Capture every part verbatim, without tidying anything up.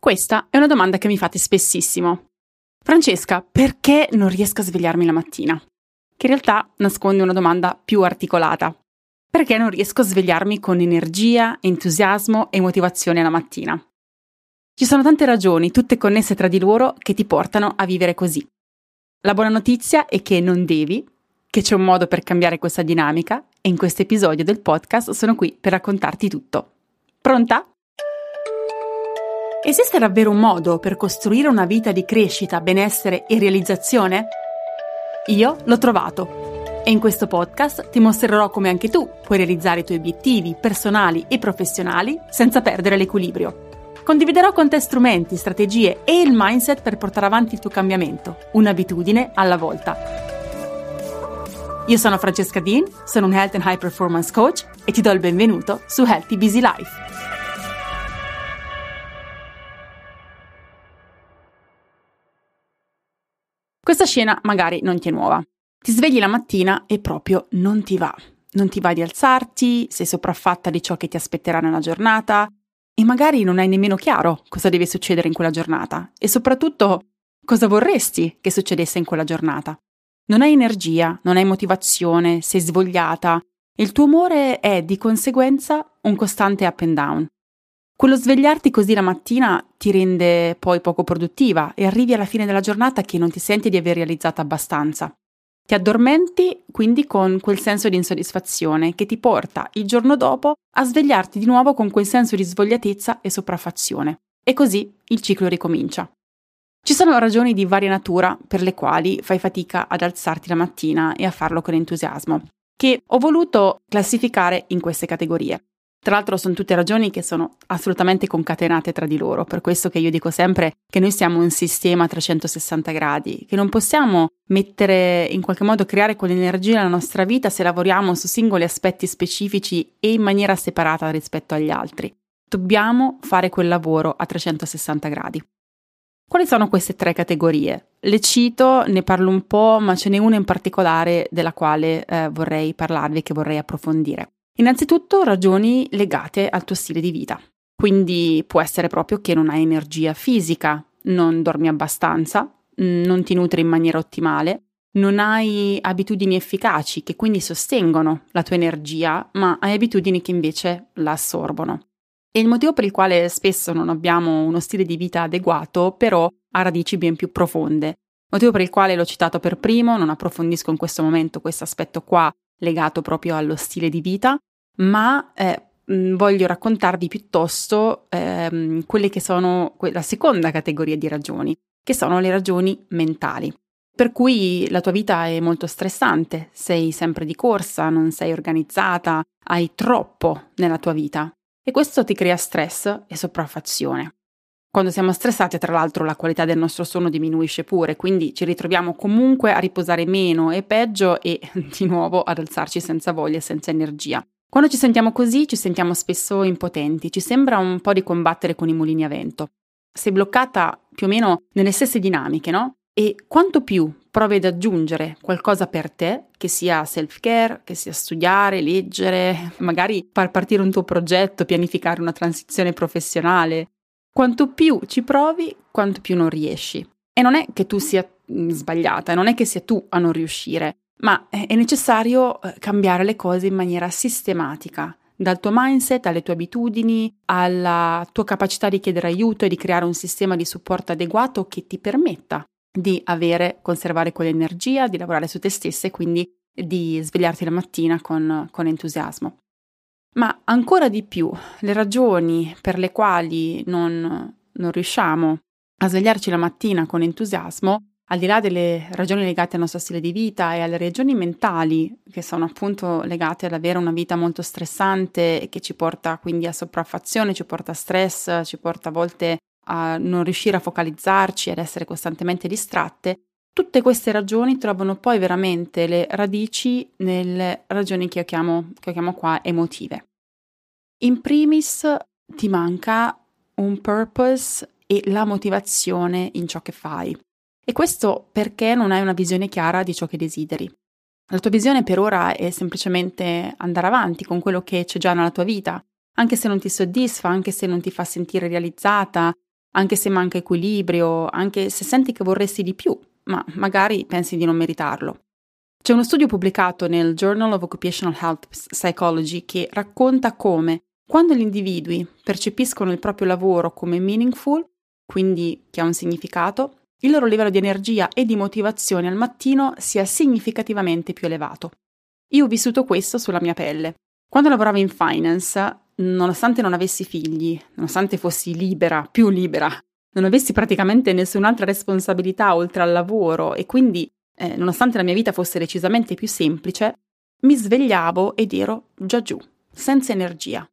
Questa è una domanda che mi fate spessissimo. Francesca, perché non riesco a svegliarmi la mattina? Che in realtà nasconde una domanda più articolata. Perché non riesco a svegliarmi con energia, entusiasmo e motivazione la mattina? Ci sono tante ragioni, tutte connesse tra di loro, che ti portano a vivere così. La buona notizia è che non devi, che c'è un modo per cambiare questa dinamica e in questo episodio del podcast sono qui per raccontarti tutto. Pronta? Esiste davvero un modo per costruire una vita di crescita, benessere e realizzazione? Io l'ho trovato e in questo podcast ti mostrerò come anche tu puoi realizzare i tuoi obiettivi personali e professionali senza perdere l'equilibrio. Condividerò con te strumenti, strategie e il mindset per portare avanti il tuo cambiamento, un'abitudine alla volta. Io sono Francesca Dean, sono un Health and High Performance Coach e ti do il benvenuto su Healthy Busy Life. Questa scena magari non ti è nuova. Ti svegli la mattina e proprio non ti va. Non ti va di alzarti, sei sopraffatta di ciò che ti aspetterà nella giornata e magari non hai nemmeno chiaro cosa deve succedere in quella giornata e soprattutto cosa vorresti che succedesse in quella giornata. Non hai energia, non hai motivazione, sei svogliata e il tuo umore è di conseguenza un costante up and down. Quello svegliarti così la mattina ti rende poi poco produttiva e arrivi alla fine della giornata che non ti senti di aver realizzato abbastanza. Ti addormenti quindi con quel senso di insoddisfazione che ti porta il giorno dopo a svegliarti di nuovo con quel senso di svogliatezza e sopraffazione. E così il ciclo ricomincia. Ci sono ragioni di varia natura per le quali fai fatica ad alzarti la mattina e a farlo con entusiasmo, che ho voluto classificare in queste categorie. Tra l'altro sono tutte ragioni che sono assolutamente concatenate tra di loro, per questo che io dico sempre che noi siamo un sistema a trecentosessanta gradi, che non possiamo mettere, in qualche modo creare quell'energia nella nostra vita se lavoriamo su singoli aspetti specifici e in maniera separata rispetto agli altri. Dobbiamo fare quel lavoro a trecentosessanta gradi. Quali sono queste tre categorie? Le cito, ne parlo un po', ma ce n'è una in particolare della quale eh, vorrei parlarvi e che vorrei approfondire. Innanzitutto ragioni legate al tuo stile di vita, quindi può essere proprio che non hai energia fisica, non dormi abbastanza, non ti nutri in maniera ottimale, non hai abitudini efficaci che quindi sostengono la tua energia, ma hai abitudini che invece la assorbono. E il motivo per il quale spesso non abbiamo uno stile di vita adeguato però ha radici ben più profonde, motivo per il quale l'ho citato per primo, non approfondisco in questo momento questo aspetto qua legato proprio allo stile di vita, ma eh, voglio raccontarvi piuttosto ehm, quelle che sono la seconda categoria di ragioni, che sono le ragioni mentali. Per cui la tua vita è molto stressante, sei sempre di corsa, non sei organizzata, hai troppo nella tua vita e questo ti crea stress e sopraffazione. Quando siamo stressati, tra l'altro, la qualità del nostro sonno diminuisce pure, quindi ci ritroviamo comunque a riposare meno e peggio e di nuovo ad alzarci senza voglia e senza energia. Quando ci sentiamo così, ci sentiamo spesso impotenti, ci sembra un po' di combattere con i mulini a vento. Sei bloccata più o meno nelle stesse dinamiche, no? E quanto più provi ad aggiungere qualcosa per te, che sia self-care, che sia studiare, leggere, magari far partire un tuo progetto, pianificare una transizione professionale, quanto più ci provi, quanto più non riesci. E non è che tu sia sbagliata, non è che sia tu a non riuscire, ma è necessario cambiare le cose in maniera sistematica, dal tuo mindset, alle tue abitudini, alla tua capacità di chiedere aiuto e di creare un sistema di supporto adeguato che ti permetta di avere, conservare quell'energia, di lavorare su te stessa e quindi di svegliarti la mattina con, con entusiasmo. Ma ancora di più, le ragioni per le quali non, non riusciamo a svegliarci la mattina con entusiasmo, al di là delle ragioni legate al nostro stile di vita e alle ragioni mentali, che sono appunto legate ad avere una vita molto stressante e che ci porta quindi a sopraffazione, ci porta a stress, ci porta a volte a non riuscire a focalizzarci, ad essere costantemente distratte, tutte queste ragioni trovano poi veramente le radici nelle ragioni che io chiamo, che io chiamo qua emotive. In primis ti manca un purpose e la motivazione in ciò che fai. E questo perché non hai una visione chiara di ciò che desideri. La tua visione per ora è semplicemente andare avanti con quello che c'è già nella tua vita, anche se non ti soddisfa, anche se non ti fa sentire realizzata, anche se manca equilibrio, anche se senti che vorresti di più, ma magari pensi di non meritarlo. C'è uno studio pubblicato nel Journal of Occupational Health Psychology che racconta come, quando gli individui percepiscono il proprio lavoro come meaningful, quindi che ha un significato, il loro livello di energia e di motivazione al mattino sia significativamente più elevato. Io ho vissuto questo sulla mia pelle. Quando lavoravo in finance, nonostante non avessi figli, nonostante fossi libera, più libera, non avessi praticamente nessun'altra responsabilità oltre al lavoro e quindi, eh, nonostante la mia vita fosse decisamente più semplice, mi svegliavo ed ero già giù, senza energia.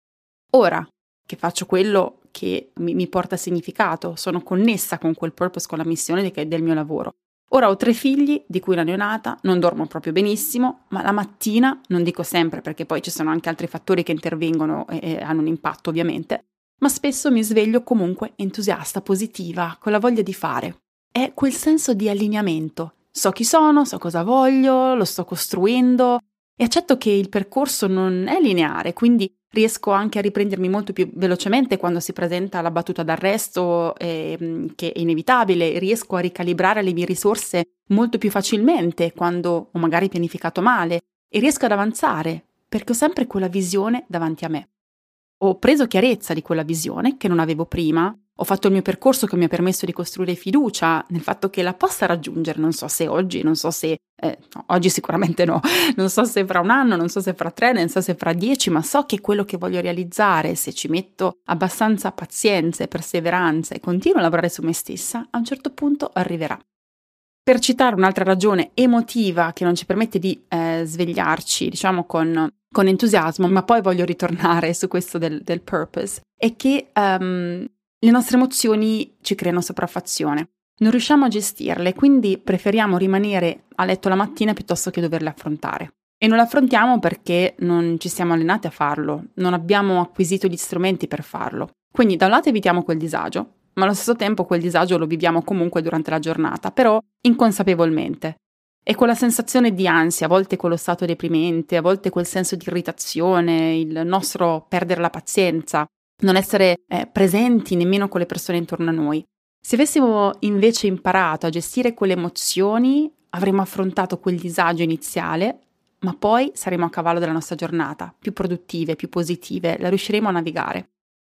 Ora che faccio quello che mi, mi porta significato, sono connessa con quel purpose, con la missione de- del mio lavoro. Ora ho tre figli, di cui una neonata, non dormo proprio benissimo, ma la mattina, non dico sempre perché poi ci sono anche altri fattori che intervengono e, e hanno un impatto ovviamente, ma spesso mi sveglio comunque entusiasta, positiva, con la voglia di fare. È quel senso di allineamento. So chi sono, so cosa voglio, lo sto costruendo e accetto che il percorso non è lineare, quindi riesco anche a riprendermi molto più velocemente quando si presenta la battuta d'arresto, eh, che è inevitabile, riesco a ricalibrare le mie risorse molto più facilmente quando ho magari pianificato male e riesco ad avanzare perché ho sempre quella visione davanti a me. Ho preso chiarezza di quella visione che non avevo prima, ho fatto il mio percorso che mi ha permesso di costruire fiducia nel fatto che la possa raggiungere, non so se oggi, non so se, eh, no, oggi sicuramente no, non so se fra un anno, non so se fra tre, non so se fra dieci, ma so che quello che voglio realizzare, se ci metto abbastanza pazienza e perseveranza e continuo a lavorare su me stessa, a un certo punto arriverà. Per citare un'altra ragione emotiva che non ci permette di eh, svegliarci, diciamo con, con entusiasmo, ma poi voglio ritornare su questo del, del purpose, è che um, le nostre emozioni ci creano sopraffazione. Non riusciamo a gestirle, quindi preferiamo rimanere a letto la mattina piuttosto che doverle affrontare. E non le affrontiamo perché non ci siamo allenati a farlo, non abbiamo acquisito gli strumenti per farlo. Quindi da un lato evitiamo quel disagio, ma allo stesso tempo quel disagio lo viviamo comunque durante la giornata, però inconsapevolmente. E quella sensazione di ansia, a volte quello stato deprimente, a volte quel senso di irritazione, il nostro perdere la pazienza, non essere eh, presenti nemmeno con le persone intorno a noi. Se avessimo invece imparato a gestire quelle emozioni, avremmo affrontato quel disagio iniziale, ma poi saremo a cavallo della nostra giornata, più produttive, più positive, la riusciremo a navigare.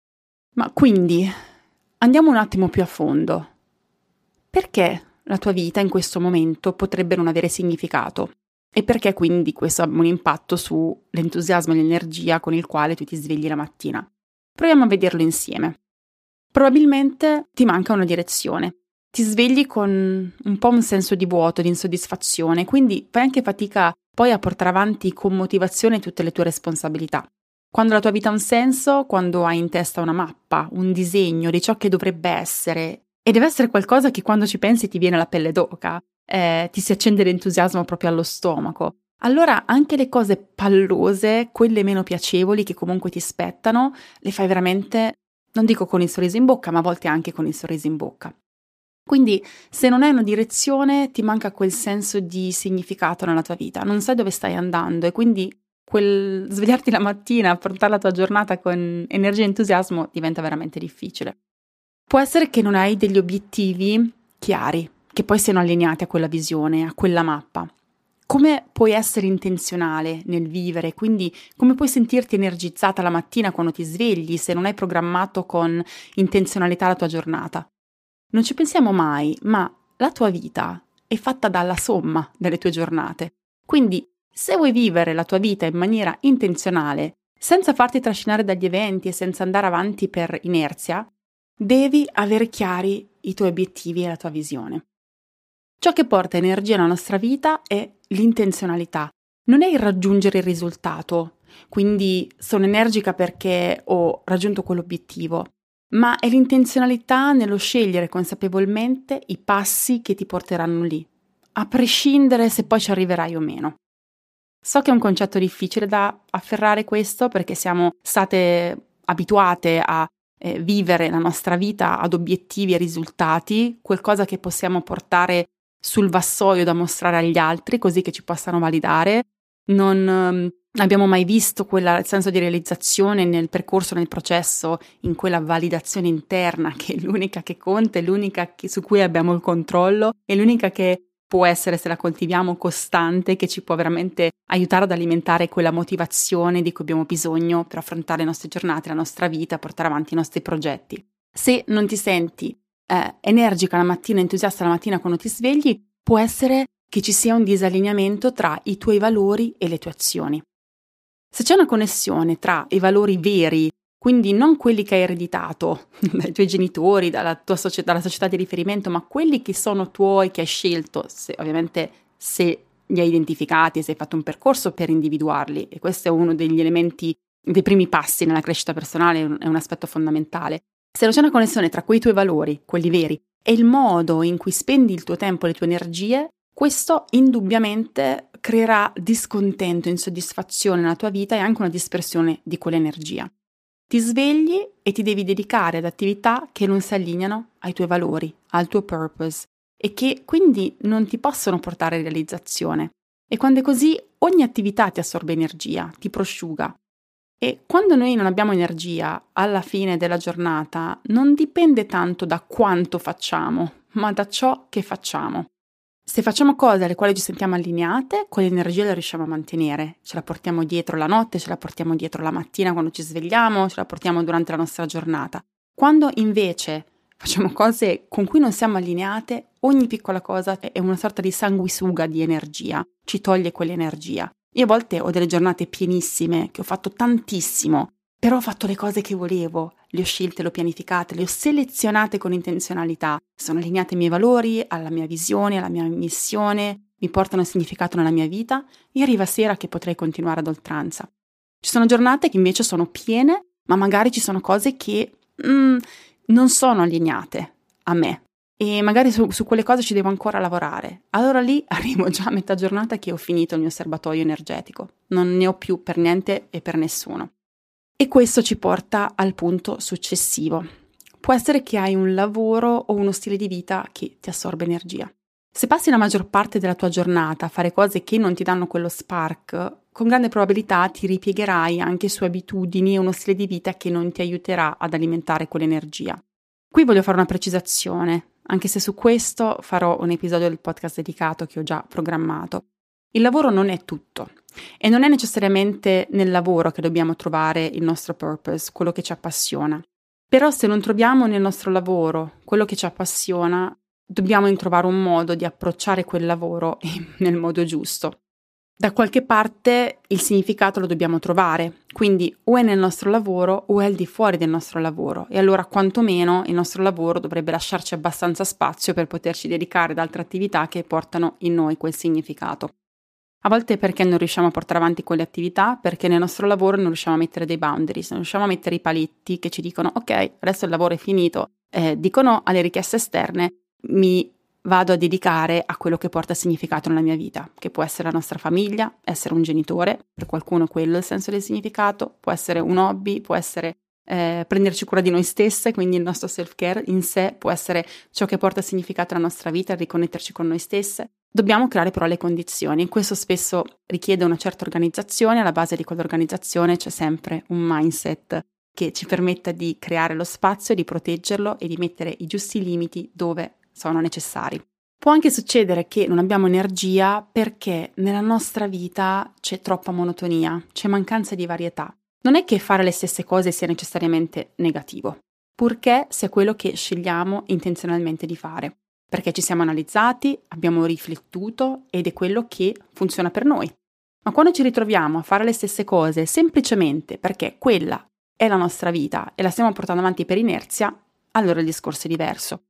Ma quindi andiamo un attimo più a fondo. Perché la tua vita in questo momento potrebbe non avere significato? E perché quindi questo ha un impatto sull'entusiasmo e l'energia con il quale tu ti svegli la mattina? Proviamo a vederlo insieme. Probabilmente ti manca una direzione. Ti svegli con un po' un senso di vuoto, di insoddisfazione, quindi fai anche fatica poi a portare avanti con motivazione tutte le tue responsabilità. Quando la tua vita ha un senso, quando hai in testa una mappa, un disegno di ciò che dovrebbe essere, e deve essere qualcosa che quando ci pensi ti viene la pelle d'oca, eh, ti si accende l'entusiasmo proprio allo stomaco, allora anche le cose pallose, quelle meno piacevoli che comunque ti spettano, le fai veramente, non dico con il sorriso in bocca, ma a volte anche con il sorriso in bocca. Quindi se non hai una direzione ti manca quel senso di significato nella tua vita, non sai dove stai andando e quindi quel svegliarti la mattina, affrontare la tua giornata con energia e entusiasmo diventa veramente difficile. Può essere che non hai degli obiettivi chiari, che poi siano allineati a quella visione, a quella mappa. Come puoi essere intenzionale nel vivere, quindi come puoi sentirti energizzata la mattina quando ti svegli se non hai programmato con intenzionalità la tua giornata? Non ci pensiamo mai, ma la tua vita è fatta dalla somma delle tue giornate. Quindi, se vuoi vivere la tua vita in maniera intenzionale, senza farti trascinare dagli eventi e senza andare avanti per inerzia, devi avere chiari i tuoi obiettivi e la tua visione. Ciò che porta energia nella nostra vita è l'intenzionalità, non è il raggiungere il risultato, quindi sono energica perché ho raggiunto quell'obiettivo, ma è l'intenzionalità nello scegliere consapevolmente i passi che ti porteranno lì, a prescindere se poi ci arriverai o meno. So che è un concetto difficile da afferrare questo perché siamo state abituate a eh, vivere la nostra vita ad obiettivi e risultati, qualcosa che possiamo portare sul vassoio da mostrare agli altri così che ci possano validare, non um, abbiamo mai visto quel senso di realizzazione nel percorso, nel processo, in quella validazione interna che è l'unica che conta, è l'unica che, su cui abbiamo il controllo, è l'unica che può essere, se la coltiviamo, costante, che ci può veramente aiutare ad alimentare quella motivazione di cui abbiamo bisogno per affrontare le nostre giornate, la nostra vita, portare avanti i nostri progetti. Se non ti senti eh, energica la mattina, entusiasta la mattina quando ti svegli, può essere che ci sia un disallineamento tra i tuoi valori e le tue azioni. Se c'è una connessione tra i valori veri, quindi non quelli che hai ereditato dai tuoi genitori, dalla tua società, dalla società di riferimento, ma quelli che sono tuoi, che hai scelto, se, ovviamente se li hai identificati e se hai fatto un percorso per individuarli, e questo è uno degli elementi, dei primi passi nella crescita personale, è un, è un aspetto fondamentale. Se non c'è una connessione tra quei tuoi valori, quelli veri, e il modo in cui spendi il tuo tempo e le tue energie, questo indubbiamente creerà discontento, insoddisfazione nella tua vita e anche una dispersione di quell'energia. Ti svegli e ti devi dedicare ad attività che non si allineano ai tuoi valori, al tuo purpose e che quindi non ti possono portare a realizzazione. E quando è così, ogni attività ti assorbe energia, ti prosciuga. E quando noi non abbiamo energia alla fine della giornata, non dipende tanto da quanto facciamo, ma da ciò che facciamo. Se facciamo cose alle quali ci sentiamo allineate, quell'energia la riusciamo a mantenere, ce la portiamo dietro la notte, ce la portiamo dietro la mattina quando ci svegliamo, ce la portiamo durante la nostra giornata. Quando invece facciamo cose con cui non siamo allineate, ogni piccola cosa è una sorta di sanguisuga di energia, ci toglie quell'energia. Io a volte ho delle giornate pienissime, che ho fatto tantissimo, però ho fatto le cose che volevo, le ho scelte, le ho pianificate, le ho selezionate con intenzionalità, sono allineate ai miei valori, alla mia visione, alla mia missione, mi portano un significato nella mia vita e arriva sera che potrei continuare ad oltranza. Ci sono giornate che invece sono piene, ma magari ci sono cose che mm, non sono allineate a me e magari su, su quelle cose ci devo ancora lavorare. Allora lì arrivo già a metà giornata che ho finito il mio serbatoio energetico, non ne ho più per niente e per nessuno. E questo ci porta al punto successivo. Può essere che hai un lavoro o uno stile di vita che ti assorbe energia. Se passi la maggior parte della tua giornata a fare cose che non ti danno quello spark, con grande probabilità ti ripiegherai anche su abitudini e uno stile di vita che non ti aiuterà ad alimentare quell'energia. Qui voglio fare una precisazione, anche se su questo farò un episodio del podcast dedicato che ho già programmato. Il lavoro non è tutto. E non è necessariamente nel lavoro che dobbiamo trovare il nostro purpose, quello che ci appassiona. Però se non troviamo nel nostro lavoro quello che ci appassiona, dobbiamo trovare un modo di approcciare quel lavoro nel modo giusto. Da qualche parte il significato lo dobbiamo trovare, quindi o è nel nostro lavoro o è al di fuori del nostro lavoro, e allora quantomeno il nostro lavoro dovrebbe lasciarci abbastanza spazio per poterci dedicare ad altre attività che portano in noi quel significato. A volte perché non riusciamo a portare avanti quelle attività, perché nel nostro lavoro non riusciamo a mettere dei boundaries, non riusciamo a mettere i paletti che ci dicono ok, adesso il lavoro è finito, eh, dicono alle richieste esterne, mi vado a dedicare a quello che porta significato nella mia vita, che può essere la nostra famiglia, essere un genitore, per qualcuno quello è il senso del significato, può essere un hobby, può essere eh, prenderci cura di noi stesse, quindi il nostro self-care in sé può essere ciò che porta significato alla nostra vita, riconnetterci con noi stesse. Dobbiamo creare però le condizioni, questo spesso richiede una certa organizzazione, alla base di quell'organizzazione c'è sempre un mindset che ci permetta di creare lo spazio, di proteggerlo e di mettere i giusti limiti dove sono necessari. Può anche succedere che non abbiamo energia perché nella nostra vita c'è troppa monotonia, c'è mancanza di varietà. Non è che fare le stesse cose sia necessariamente negativo, purché sia quello che scegliamo intenzionalmente di fare. Perché ci siamo analizzati, abbiamo riflettuto ed è quello che funziona per noi. Ma quando ci ritroviamo a fare le stesse cose semplicemente perché quella è la nostra vita e la stiamo portando avanti per inerzia, allora il discorso è diverso.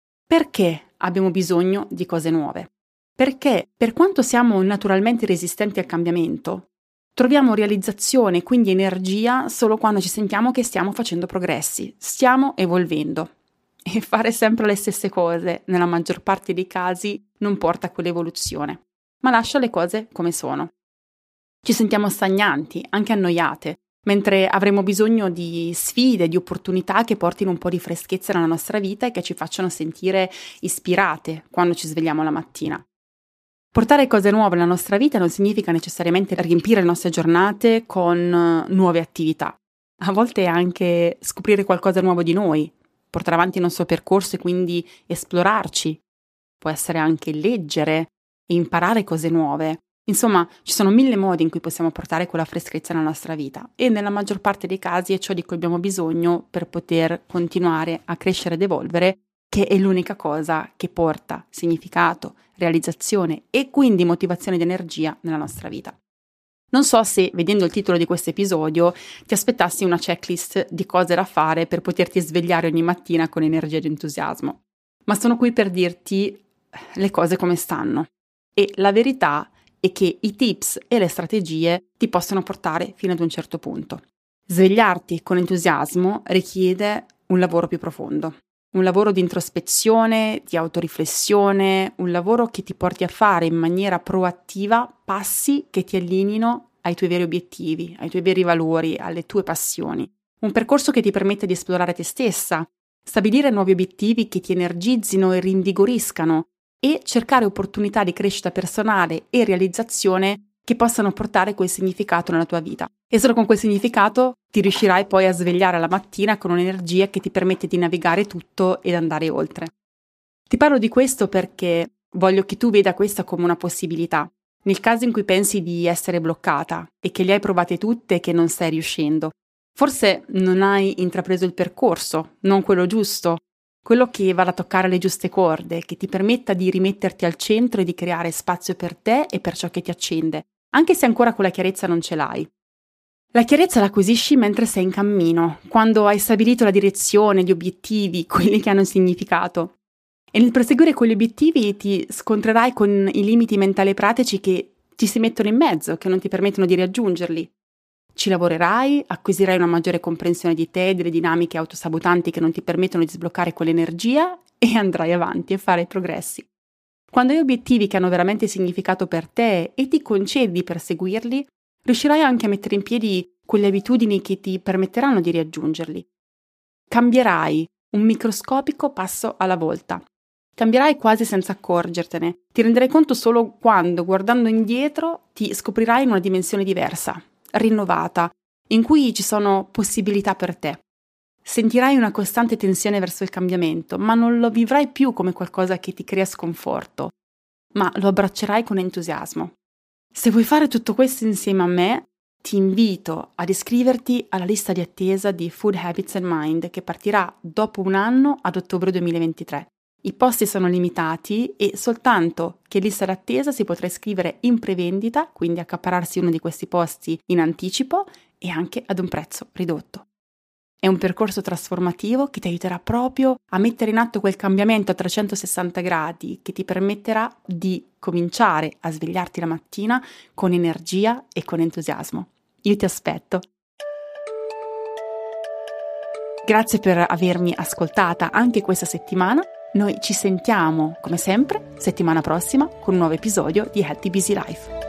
Perché abbiamo bisogno di cose nuove? Perché per quanto siamo naturalmente resistenti al cambiamento, troviamo realizzazione, quindi energia, solo quando ci sentiamo che stiamo facendo progressi, stiamo evolvendo. E fare sempre le stesse cose, nella maggior parte dei casi, non porta a quell'evoluzione, ma lascia le cose come sono. Ci sentiamo stagnanti, anche annoiate, mentre avremo bisogno di sfide, di opportunità che portino un po' di freschezza nella nostra vita e che ci facciano sentire ispirate quando ci svegliamo la mattina. Portare cose nuove nella nostra vita non significa necessariamente riempire le nostre giornate con nuove attività. A volte è anche scoprire qualcosa nuovo di noi, portare avanti il nostro percorso e quindi esplorarci. Può essere anche leggere e imparare cose nuove. Insomma, ci sono mille modi in cui possiamo portare quella freschezza nella nostra vita e nella maggior parte dei casi è ciò di cui abbiamo bisogno per poter continuare a crescere ed evolvere, che è l'unica cosa che porta significato, realizzazione e quindi motivazione ed energia nella nostra vita. Non so se, vedendo il titolo di questo episodio, ti aspettassi una checklist di cose da fare per poterti svegliare ogni mattina con energia ed entusiasmo, ma sono qui per dirti le cose come stanno. E la verità è che i tips e le strategie ti possono portare fino ad un certo punto. Svegliarti con entusiasmo richiede un lavoro più profondo. Un lavoro di introspezione, di autoriflessione, un lavoro che ti porti a fare in maniera proattiva passi che ti allineino ai tuoi veri obiettivi, ai tuoi veri valori, alle tue passioni. Un percorso che ti permette di esplorare te stessa, stabilire nuovi obiettivi che ti energizzino e rinvigoriscano e cercare opportunità di crescita personale e realizzazione che possano portare quel significato nella tua vita. E solo con quel significato ti riuscirai poi a svegliare la mattina con un'energia che ti permette di navigare tutto ed andare oltre. Ti parlo di questo perché voglio che tu veda questa come una possibilità. Nel caso in cui pensi di essere bloccata e che le hai provate tutte e che non stai riuscendo, forse non hai intrapreso il percorso, non quello giusto, quello che vada a toccare le giuste corde, che ti permetta di rimetterti al centro e di creare spazio per te e per ciò che ti accende, anche se ancora quella chiarezza non ce l'hai. La chiarezza la acquisisci mentre sei in cammino, quando hai stabilito la direzione, gli obiettivi, quelli che hanno un significato. E nel perseguire quegli obiettivi ti scontrerai con i limiti mentali e pratici che ti si mettono in mezzo, che non ti permettono di raggiungerli. Ci lavorerai, acquisirai una maggiore comprensione di te e delle dinamiche autosabotanti che non ti permettono di sbloccare quell'energia e andrai avanti e farai progressi. Quando hai obiettivi che hanno veramente significato per te e ti concedi di perseguirli, riuscirai anche a mettere in piedi quelle abitudini che ti permetteranno di raggiungerli. Cambierai un microscopico passo alla volta. Cambierai quasi senza accorgertene. Ti renderai conto solo quando, guardando indietro, ti scoprirai in una dimensione diversa, rinnovata, in cui ci sono possibilità per te. Sentirai una costante tensione verso il cambiamento, ma non lo vivrai più come qualcosa che ti crea sconforto, ma lo abbraccerai con entusiasmo. Se vuoi fare tutto questo insieme a me, ti invito ad iscriverti alla lista di attesa di Food Habits and Mind che partirà dopo un anno ad ottobre duemilaventitré. I posti sono limitati e soltanto che lista d'attesa si potrà iscrivere in prevendita, quindi accaparrarsi uno di questi posti in anticipo e anche ad un prezzo ridotto. È un percorso trasformativo che ti aiuterà proprio a mettere in atto quel cambiamento a trecentosessanta gradi che ti permetterà di cominciare a svegliarti la mattina con energia e con entusiasmo. Io ti aspetto. Grazie per avermi ascoltata anche questa settimana. Noi ci sentiamo, come sempre, settimana prossima con un nuovo episodio di Healthy Busy Life.